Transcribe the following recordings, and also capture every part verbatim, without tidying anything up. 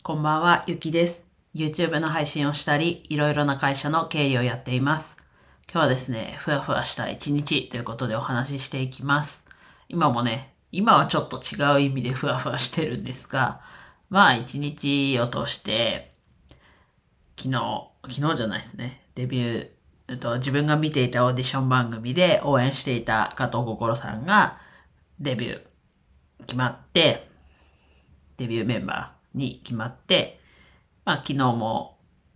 こんばんは、ゆきです。YouTube の配信をしたり、いろいろな会社の経理をやっています。今日はですね、ふわふわした一日ということでお話ししていきます。今もね、今はちょっと違う意味でふわふわしてるんですが、まあ一日を通して、昨日、昨日じゃないですね、デビュー、えっと、自分が見ていたオーディション番組で応援していた加藤心さんがデビュー決まって、デビューメンバーに決まって、まあ昨日も、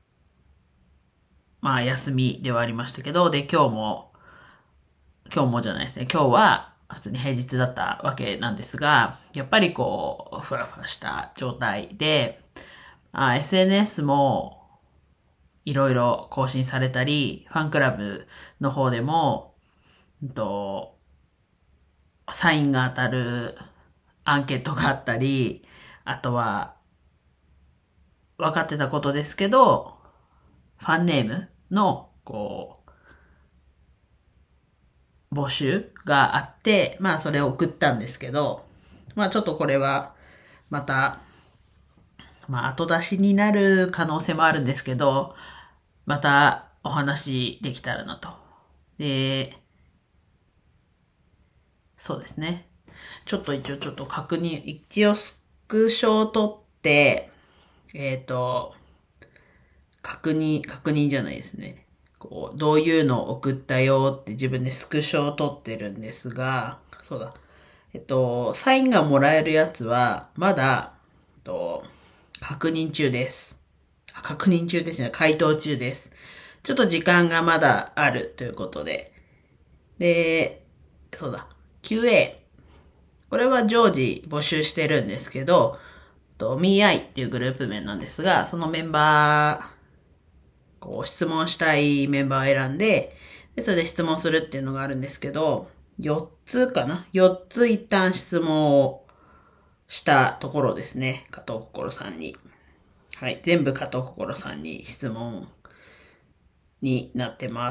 まあ休みではありましたけど、で今日も、今日もじゃないですね、今日は普通に平日だったわけなんですが、やっぱりこう、ふわふわした状態で、まあ、エスエヌエス もいろいろ更新されたり、ファンクラブの方でも、うんと、サインが当たるアンケートがあったり、あとは、分かってたことですけど、ファンネームの、こう、募集があって、まあそれを送ったんですけど、まあちょっとこれは、また、まあ後出しになる可能性もあるんですけど、またお話できたらなと。で、そうですね。ちょっと一応ちょっと確認、一応スクショを取って、えっと、確認、確認じゃないですね。こう、どういうのを送ったよって自分でスクショを取ってるんですが、そうだ。えっと、サインがもらえるやつは、まだ、えっと、確認中です。あ確認中ですね。回答中です。ちょっと時間がまだあるということで。で、そうだ。キューエー。これは常時募集してるんですけど、と ミーアイ っていうグループ名なんですが、そのメンバー、こう質問したいメンバーを選んで、でそれで質問するっていうのがあるんですけど、よっつかな ?よっ つ一旦質問をしたところですね。加藤心さんに。はい。全部加藤心さんに質問になってます。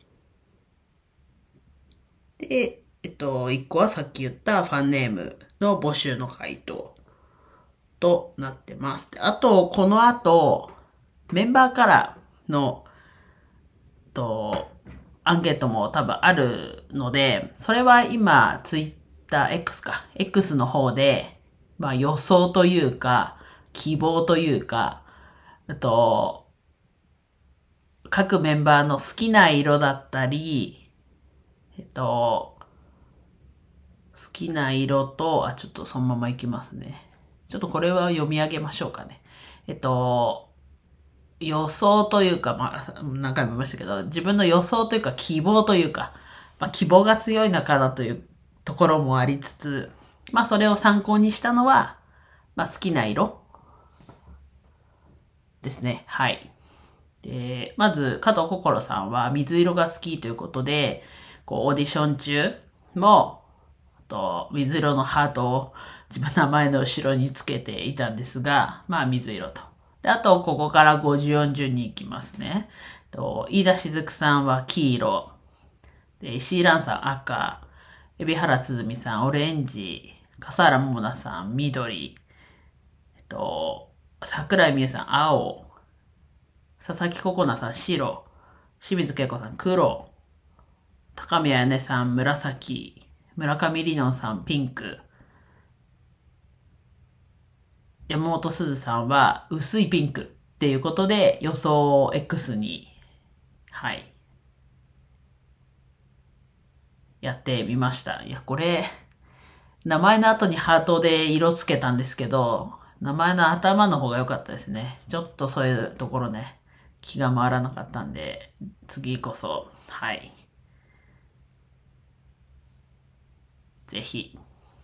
で、えっと、いっこはさっき言ったファンネームの募集の回答となってます。あと、この後、メンバーからの、と、アンケートも多分あるので、それは今、ツイッター X か、X の方で、まあ予想というか、希望というか、あと、各メンバーの好きな色だったり、えっと、好きな色と、あ、ちょっとそのままいきますね。ちょっとこれは読み上げましょうかね。えっと、予想というか、まあ、何回も言いましたけど、自分の予想というか希望というか、まあ、希望が強いのかなというところもありつつ、まあ、それを参考にしたのは、まあ、好きな色ですね。はい。で、まず、加藤心さんは水色が好きということで、こう、オーディション中も、と水色のハートを自分の名前の後ろにつけていたんですが、まあ水色と。で、あと、ここからごじゅうよん順に行きますね。と、飯田しずくさんは黄色。で、石井蘭さん赤。海老原つづみさんオレンジ。笠原桃奈さん緑。えっと、桜井美恵さん青。佐々木ココナさん白。清水恵子さん黒。高宮彩音さん紫。村上里乃さんピンク。山本すずさんは薄いピンクっていうことで予想を X に、はい、やってみました。いや、これ、名前の後にハートで色つけたんですけど、名前の頭の方が良かったですね。ちょっとそういうところね、気が回らなかったんで、次こそ、はい。ぜひ、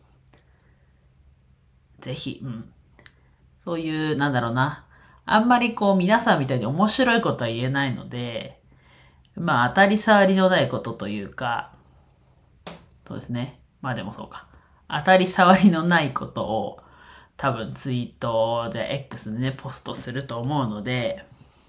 ぜひ、うん。そういう、なんだろうな。あんまりこう皆さんみたいに面白いことは言えないので、まあ当たり障りのないことというか、そうですね。まあでもそうか。当たり障りのないことを多分ツイートで X でね、ポストすると思うので、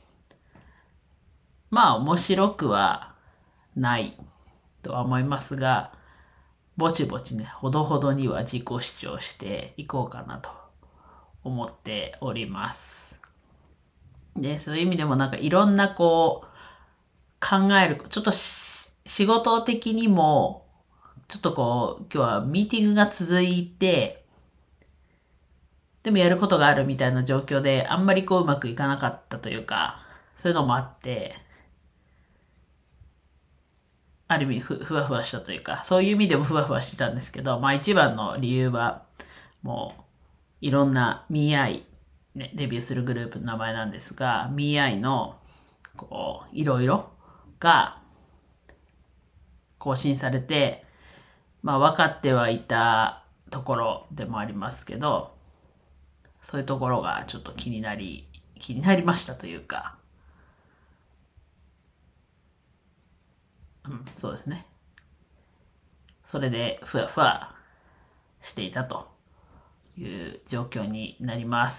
まあ面白くはないとは思いますが、ぼちぼちね、ほどほどには自己主張していこうかなと思っております。で、そういう意味でもなんかいろんなこう、考える、ちょっと仕事的にも、ちょっとこう、今日はミーティングが続いて、でもやることがあるみたいな状況で、あんまりこううまくいかなかったというか、そういうのもあって、ある意味ふ、ふわふわしたというか、そういう意味でもふわふわしてたんですけど、まあ一番の理由は、もう、いろんな ミーアイ、ね、デビューするグループの名前なんですが、ミーアイ の、こう、いろいろが更新されて、まあ分かってはいたところでもありますけど、そういうところがちょっと気になり、気になりましたというか、うん、そうですね。それでふわふわしていたという状況になります。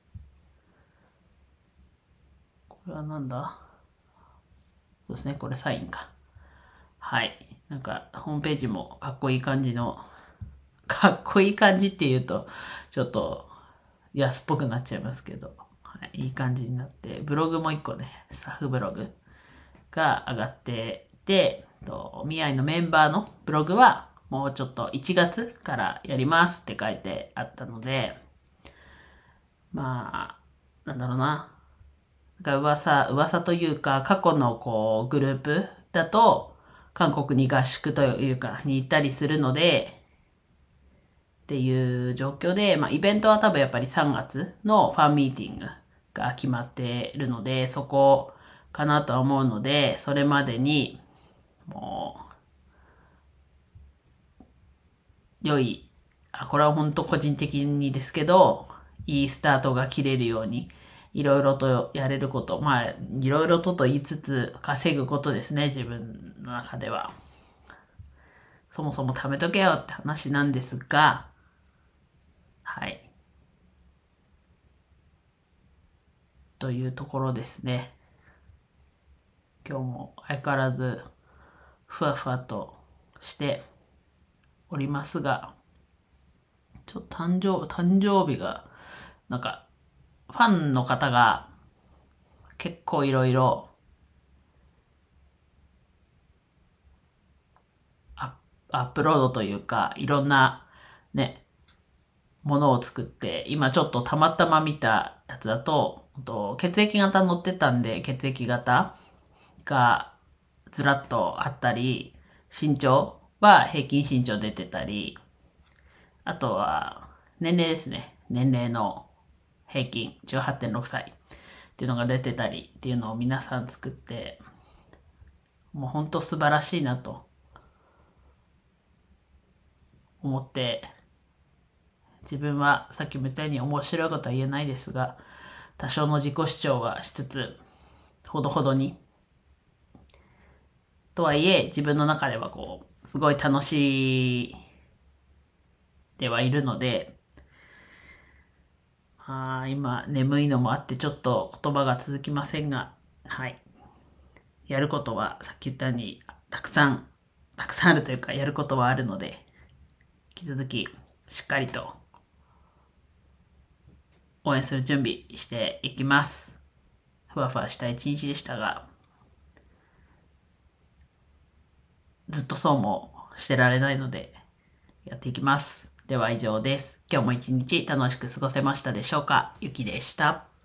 これはなんだ？そうですね、これサインか。はい。なんか、ホームページもかっこいい感じの、かっこいい感じって言うと、ちょっと安っぽくなっちゃいますけど、はい、いい感じになって、ブログも一個ね、スタッフブログが上がってて、と、ミアイのメンバーのブログは、もうちょっといちがつからやりますって書いてあったので、まあ、なんだろうな。なんか噂、噂というか、過去のこう、グループだと、韓国に合宿というか、に行ったりするので、っていう状況で、まあ、イベントは多分やっぱりさんがつのファンミーティングが決まっているので、そこかなとは思うので、それまでに、もう、良い、あ、これは本当個人的にですけど、いいスタートが切れるように、いろいろとやれること、まあ、いろいろとと言いつつ、稼ぐことですね、自分の中では。そもそも貯めとけよって話なんですが、はい。というところですね。今日も相変わらず、ふわふわとしておりますが、ちょっと誕生、誕生日が、なんか、ファンの方が結構いろいろアップロードというか、いろんなね、ものを作って、今ちょっとたまたま見たやつだと、血液型載ってたんで、血液型がずらっとあったり、身長は平均身長出てたり、あとは年齢ですね。年齢の平均じゅうはってんろくさいっていうのが出てたりっていうのを皆さん作って、もうほんと素晴らしいなと思って、自分はさっきも言ったように面白いことは言えないですが、多少の自己主張はしつつ、ほどほどに。とはいえ、自分の中ではこう、すごい楽しいではいるので、あ今眠いのもあってちょっと言葉が続きませんが、はい。やることはさっき言ったようにたくさん、たくさんあるというかやることはあるので、引き続きしっかりと応援する準備していきます。ふわふわした一日でしたが、ずっとそうもしてられないので、やっていきます。では以上です。今日も一日楽しく過ごせましたでしょうか？ゆきでした。